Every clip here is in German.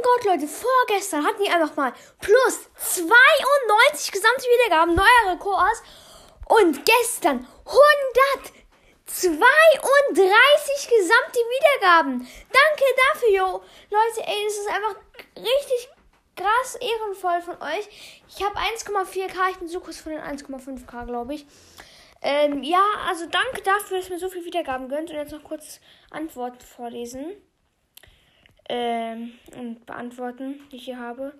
Gott, Leute, vorgestern hatten die einfach mal plus 92 gesamte Wiedergaben, neuer Rekord. Und gestern 132 gesamte Wiedergaben. Danke dafür, yo. Leute, ey, das ist einfach richtig krass ehrenvoll von euch. Ich habe 1,4K, ich bin so kurz von den 1,5K, glaube ich. Ja, also danke dafür, dass ihr mir so viel Wiedergaben gönnt. Und jetzt noch kurz Antworten vorlesen. Und beantworten, die ich hier habe.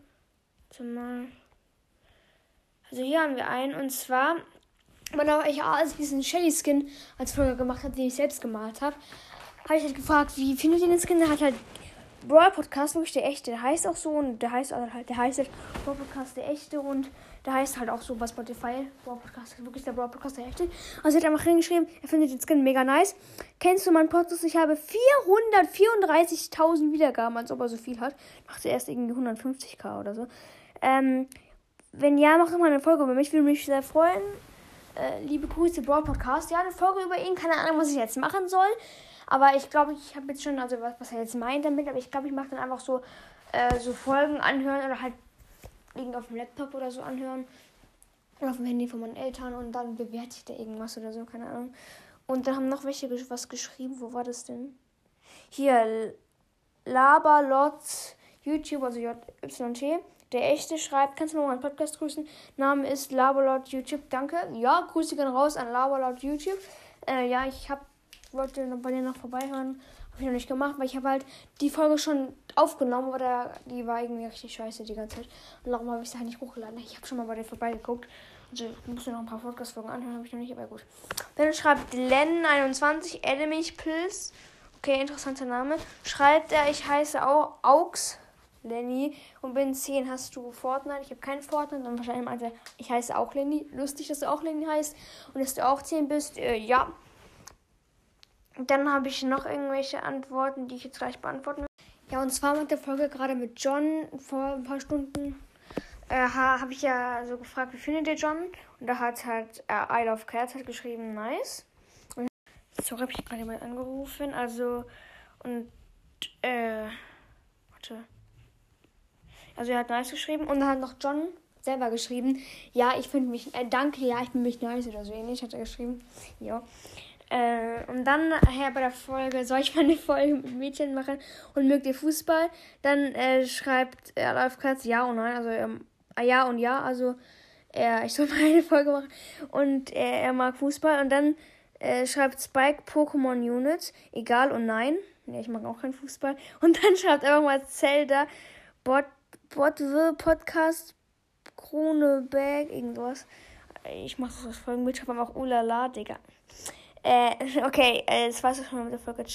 Also hier haben wir einen, und zwar, als ich diesen Shelly-Skin als Folge gemacht habe, den ich selbst gemalt habe, habe ich halt gefragt, wie findet ihr den Skin? Der hat halt Brawl Podcast, wirklich der echte, der heißt auch so, und der heißt halt Brawl Podcast der echte, und der heißt halt auch so bei Spotify, Brawl Podcast, wirklich der Brawl Podcast der echte. Also er hat einfach hingeschrieben, er findet den Skin mega nice. Kennst du meinen Podcast? Ich habe 434.000 Wiedergaben, als ob er so viel hat. Dachte erst irgendwie 150k oder so. Wenn ja, mach doch mal eine Folge über mich, würde mich sehr freuen. Liebe Grüße, Brawl Podcast. Ja, eine Folge über ihn, keine Ahnung, was ich jetzt machen soll. Aber ich glaube, ich habe jetzt schon, also was er jetzt meint damit, aber ich glaube, ich mache dann einfach so Folgen anhören oder halt liegen auf dem Laptop oder so anhören. Oder auf dem Handy von meinen Eltern, und dann bewerte ich da irgendwas oder so, keine Ahnung. Und dann haben noch welche was geschrieben. Wo war das denn? Hier, Laberlot YouTube, also JYT. Der echte schreibt, kannst du noch mal meinen Podcast grüßen? Name ist Laberlot YouTube, danke. Ja, Grüße gehen raus an Laberlot YouTube. Ja, wollte bei dir noch vorbeihören. Habe ich noch nicht gemacht, weil ich habe halt die Folge schon aufgenommen, aber die war irgendwie richtig scheiße die ganze Zeit. Und darum habe ich sie halt nicht hochgeladen. Ich habe schon mal bei dir vorbeigeguckt. Also ich muss mir noch ein paar Podcast-Folgen anhören, habe ich noch nicht, aber gut. Dann schreibt Len21, Enemy Pills. Okay, interessanter Name. Schreibt er, ich heiße auch Aux Lenny und bin 10. Hast du Fortnite? Ich habe keinen Fortnite. Und wahrscheinlich meinte er, ich heiße auch Lenny. Lustig, dass du auch Lenny heißt und dass du auch 10 bist. Ja. Dann habe ich noch irgendwelche Antworten, die ich jetzt gleich beantworten will. Ja, und zwar mit der Folge gerade mit John vor ein paar Stunden habe ich ja so gefragt, wie findet ihr John? Und da hat halt I Love Cats hat geschrieben, nice. Und so habe ich gerade jemand angerufen, also und warte. Also er hat nice geschrieben, und dann hat noch John selber geschrieben, ja, ich finde mich, danke, ja, ich bin mich nice oder so ähnlich, hat er geschrieben. Ja. Und dann nachher bei der Folge, soll ich mal eine Folge mit Mädchen machen und mögt ihr Fußball? Dann schreibt Live Katz ja und nein, also ja und ja, also ich soll mal eine Folge machen und er mag Fußball. Und dann schreibt Spike Pokémon Unit, egal und nein. Ja, ich mag auch keinen Fußball. Und dann schreibt einfach mal Zelda Podcast Kroneberg, irgendwas. Ich mache das als Folgenbild, aber auch Ulala, Digga. Okay, das war's schon mal mit der Folge.